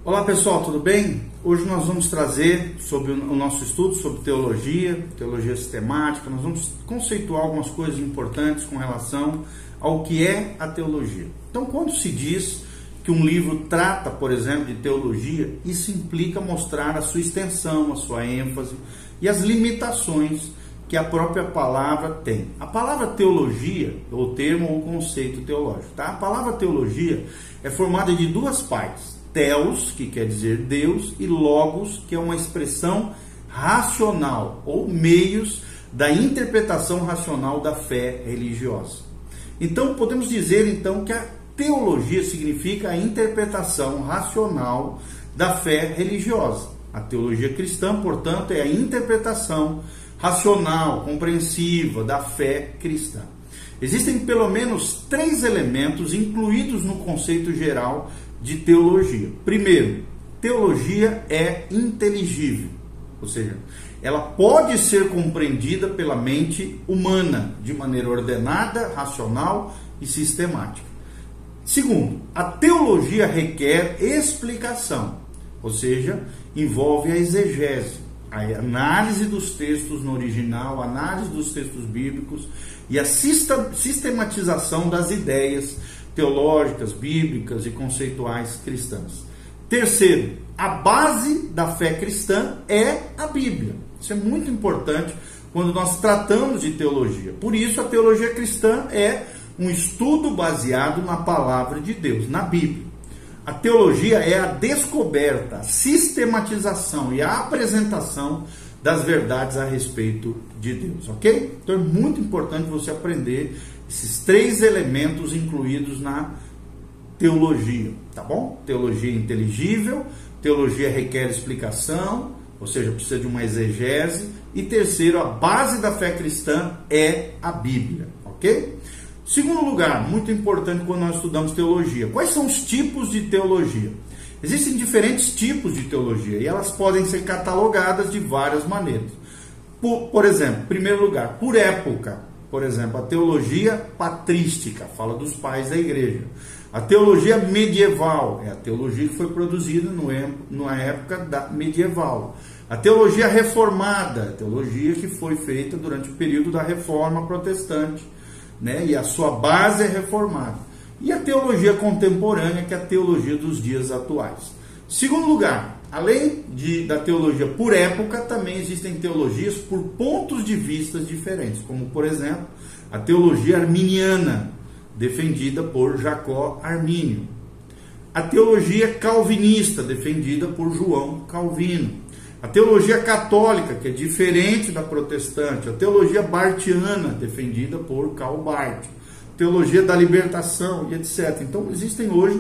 Olá pessoal, tudo bem? Hoje nós vamos trazer sobre o nosso estudo sobre teologia sistemática. Nós vamos conceituar algumas coisas importantes com relação ao que é a teologia. Então, quando se diz que um livro trata, por exemplo, de teologia, isso implica mostrar a sua extensão, a sua ênfase e as limitações que a própria palavra tem. A palavra teologia, ou termo ou conceito teológico, tá? A palavra teologia é formada de duas partes. Theos, que quer dizer Deus, e logos, que é uma expressão racional, ou meios da interpretação racional da fé religiosa. Então, podemos dizer então que a teologia significa a interpretação racional da fé religiosa. A teologia cristã, portanto, é a interpretação racional, compreensiva da fé cristã. Existem pelo menos 3 elementos incluídos no conceito geral de teologia. Primeiro, teologia é inteligível, ou seja, ela pode ser compreendida pela mente humana de maneira ordenada, racional e sistemática. Segundo, a teologia requer explicação, ou seja, envolve a exegese, a análise dos textos no original, a análise dos textos bíblicos e a sistematização das ideias teológicas, bíblicas e conceituais cristãs. Terceiro, a base da fé cristã é a Bíblia. Isso é muito importante quando nós tratamos de teologia. Por isso, a teologia cristã é um estudo baseado na palavra de Deus, na Bíblia. A teologia é a descoberta, a sistematização e a apresentação das verdades a respeito de Deus, ok? Então é muito importante você aprender esses 3 elementos incluídos na teologia, tá bom? Teologia inteligível, teologia requer explicação, ou seja, precisa de uma exegese, e terceiro, a base da fé cristã é a Bíblia, ok? Segundo lugar, muito importante quando nós estudamos teologia, quais são os tipos de teologia? Existem diferentes tipos de teologia e elas podem ser catalogadas de várias maneiras. Por exemplo, em primeiro lugar, por época. Por exemplo, a teologia patrística, fala dos pais da igreja. A teologia medieval, é a teologia que foi produzida na época medieval. A teologia reformada, a teologia que foi feita durante o período da reforma protestante, né? E a sua base é reformada. E a teologia contemporânea, que é a teologia dos dias atuais. Segundo lugar, além da teologia por época, também existem teologias por pontos de vista diferentes, como, por exemplo, a teologia arminiana, defendida por Jacó Armínio. A teologia calvinista, defendida por João Calvino. A teologia católica, que é diferente da protestante. A teologia bartiana, defendida por Karl Barth. Teologia da libertação e etc. Então, existem hoje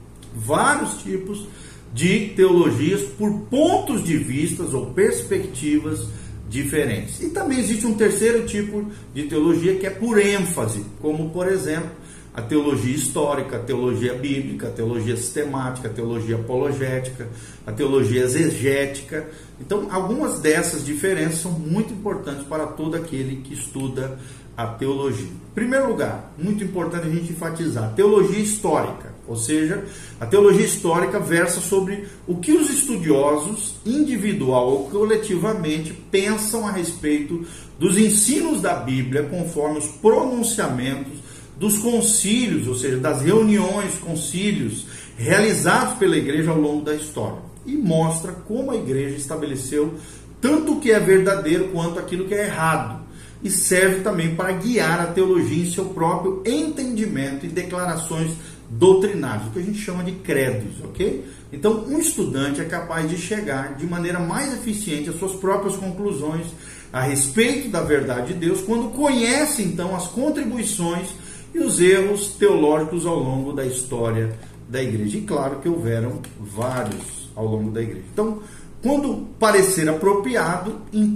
vários tipos de teologias por pontos de vista ou perspectivas diferentes. E também existe um terceiro tipo de teologia que é por ênfase, como, por exemplo, a teologia histórica, a teologia bíblica, a teologia sistemática, a teologia apologética, a teologia exegética. Então, algumas dessas diferenças são muito importantes para todo aquele que estuda a teologia. Em primeiro lugar, muito importante a gente enfatizar, a teologia histórica, ou seja, a teologia histórica versa sobre o que os estudiosos, individual ou coletivamente, pensam a respeito dos ensinos da Bíblia, conforme os pronunciamentos dos concílios, ou seja, das reuniões, concílios, realizados pela igreja ao longo da história. E mostra como a igreja estabeleceu tanto o que é verdadeiro quanto aquilo que é errado. E serve também para guiar a teologia em seu próprio entendimento e declarações doutrinárias, o que a gente chama de credos, ok? Então, um estudante é capaz de chegar de maneira mais eficiente às suas próprias conclusões a respeito da verdade de Deus, quando conhece, então, as contribuições e os erros teológicos ao longo da história da igreja. E claro que houveram vários ao longo da igreja. Então, quando parecer apropriado,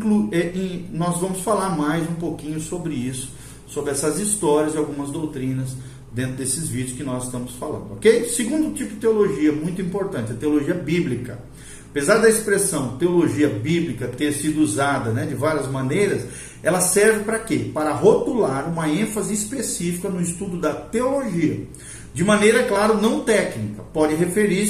nós vamos falar mais um pouquinho sobre isso, sobre essas histórias e algumas doutrinas dentro desses vídeos que nós estamos falando, ok? Segundo tipo de teologia, muito importante, a teologia bíblica. Apesar da expressão teologia bíblica ter sido usada, de várias maneiras, ela serve para quê? Para rotular uma ênfase específica no estudo da teologia. De maneira, claro, não técnica. Pode referir-se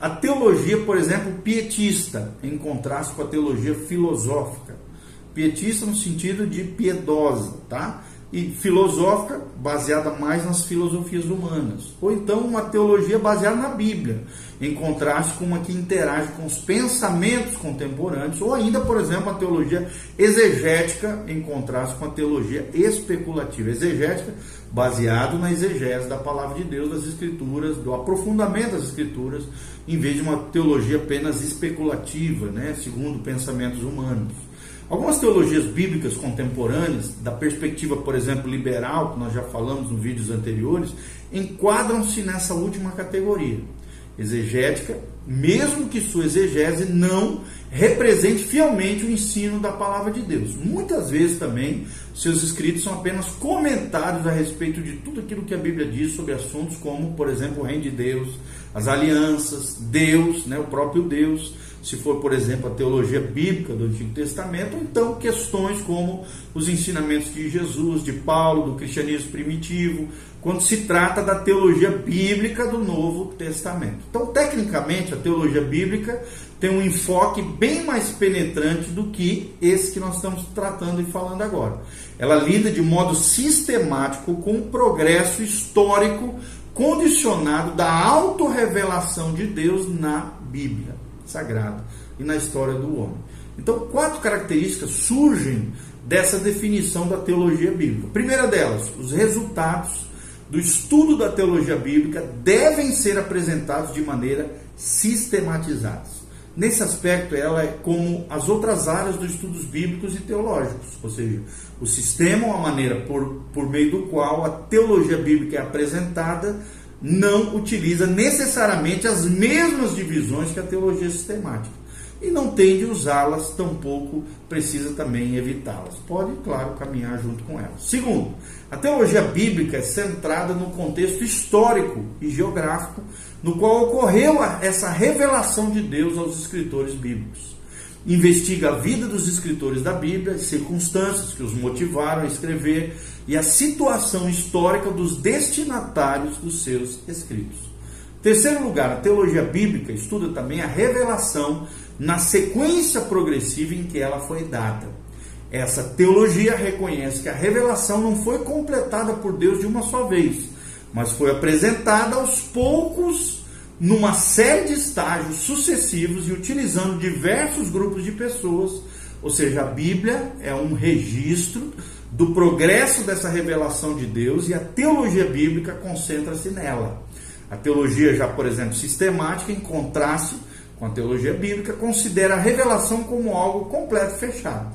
a teologia, por exemplo, pietista, em contraste com a teologia filosófica. Pietista no sentido de piedosa, tá? E filosófica, baseada mais nas filosofias humanas. Ou então uma teologia baseada na Bíblia, em contraste com uma que interage com os pensamentos contemporâneos. Ou ainda, por exemplo, a teologia exegética, em contraste com a teologia especulativa. Exegética, baseado na exegese da palavra de Deus, das Escrituras, do aprofundamento das Escrituras, em vez de uma teologia apenas especulativa, né, segundo pensamentos humanos. Algumas teologias bíblicas contemporâneas, da perspectiva, por exemplo, liberal, que nós já falamos nos vídeos anteriores, enquadram-se nessa última categoria. Exegética, mesmo que sua exegese não represente fielmente o ensino da palavra de Deus. Muitas vezes também, seus escritos são apenas comentários a respeito de tudo aquilo que a Bíblia diz sobre assuntos como, por exemplo, o reino de Deus, as alianças, Deus, né, o próprio Deus. Se for, por exemplo, a teologia bíblica do Antigo Testamento, ou então questões como os ensinamentos de Jesus, de Paulo, do cristianismo primitivo, quando se trata da teologia bíblica do Novo Testamento. Então, tecnicamente, a teologia bíblica tem um enfoque bem mais penetrante do que esse que nós estamos tratando e falando agora. Ela lida de modo sistemático com o progresso histórico condicionado da autorrevelação de Deus na Bíblia Sagrada e na história do homem. Então, 4 características surgem dessa definição da teologia bíblica. A primeira delas, os resultados do estudo da teologia bíblica devem ser apresentados de maneira sistematizada. Nesse aspecto, ela é como as outras áreas dos estudos bíblicos e teológicos, ou seja, o sistema ou a maneira por meio do qual a teologia bíblica é apresentada não utiliza necessariamente as mesmas divisões que a teologia sistemática e não tende a usá-las, tampouco precisa também evitá-las. Pode, claro, caminhar junto com elas. Segundo, a teologia bíblica é centrada no contexto histórico e geográfico no qual ocorreu essa revelação de Deus aos escritores bíblicos. Investiga a vida dos escritores da Bíblia, as circunstâncias que os motivaram a escrever e a situação histórica dos destinatários dos seus escritos. Terceiro lugar, a teologia bíblica estuda também a revelação na sequência progressiva em que ela foi dada. Essa teologia reconhece que a revelação não foi completada por Deus de uma só vez, mas foi apresentada aos poucos numa série de estágios sucessivos e utilizando diversos grupos de pessoas, ou seja, a Bíblia é um registro do progresso dessa revelação de Deus e a teologia bíblica concentra-se nela. A teologia já, por exemplo, sistemática, em contraste com a teologia bíblica, considera a revelação como algo completo e fechado.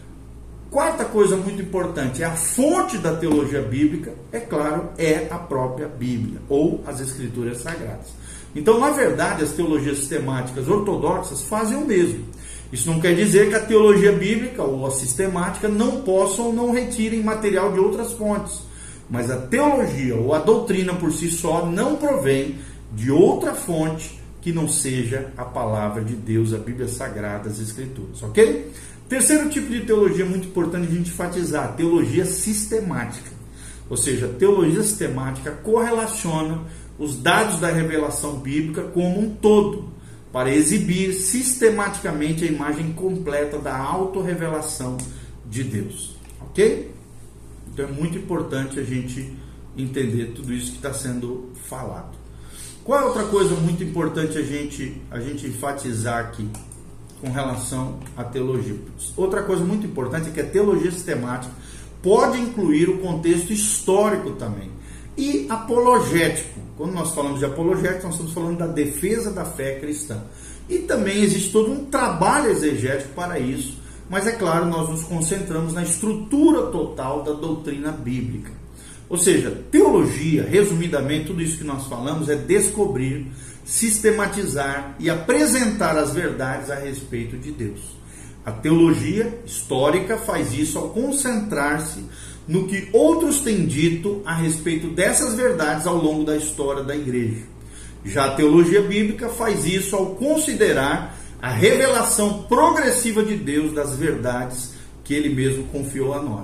Quarta coisa muito importante, a fonte da teologia bíblica, é claro, é a própria Bíblia, ou as Escrituras Sagradas. Então, na verdade, as teologias sistemáticas ortodoxas fazem o mesmo. Isso não quer dizer que a teologia bíblica ou a sistemática não possam ou não retirem material de outras fontes. Mas a teologia ou a doutrina por si só não provém de outra fonte que não seja a palavra de Deus, a Bíblia Sagrada, as Escrituras. Ok? Terceiro tipo de teologia muito importante a gente enfatizar, a teologia sistemática. Ou seja, a teologia sistemática correlaciona os dados da revelação bíblica como um todo, para exibir sistematicamente a imagem completa da autorrevelação de Deus. Ok? Então é muito importante a gente entender tudo isso que está sendo falado. Qual é outra coisa muito importante a gente enfatizar aqui com relação à teologia? Outra coisa muito importante é que a teologia sistemática pode incluir o contexto histórico também e apologético. Quando nós falamos de apologético, nós estamos falando da defesa da fé cristã. E também existe todo um trabalho exegético para isso, mas é claro, nós nos concentramos na estrutura total da doutrina bíblica. Ou seja, teologia, resumidamente, tudo isso que nós falamos é descobrir, sistematizar e apresentar as verdades a respeito de Deus. A teologia histórica faz isso ao concentrar-se no que outros têm dito a respeito dessas verdades ao longo da história da igreja. Já a teologia bíblica faz isso ao considerar a revelação progressiva de Deus das verdades que Ele mesmo confiou a nós.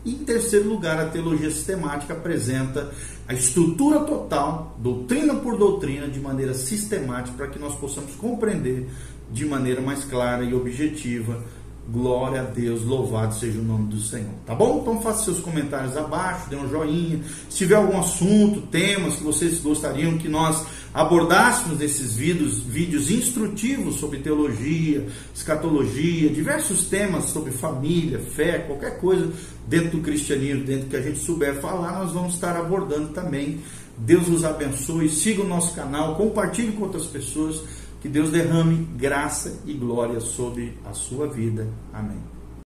E em terceiro lugar, a teologia sistemática apresenta a estrutura total, doutrina por doutrina, de maneira sistemática, para que nós possamos compreender de maneira mais clara e objetiva. Glória a Deus, louvado seja o nome do Senhor, tá bom? Então faça seus comentários abaixo, dê um joinha. Se tiver algum assunto, temas que vocês gostariam que nós abordássemos nesses vídeos instrutivos sobre teologia, escatologia, diversos temas sobre família, fé, qualquer coisa dentro do cristianismo, dentro que a gente souber falar, nós vamos estar abordando também. Deus os abençoe, siga o nosso canal, compartilhe com outras pessoas. Que Deus derrame graça e glória sobre a sua vida. Amém.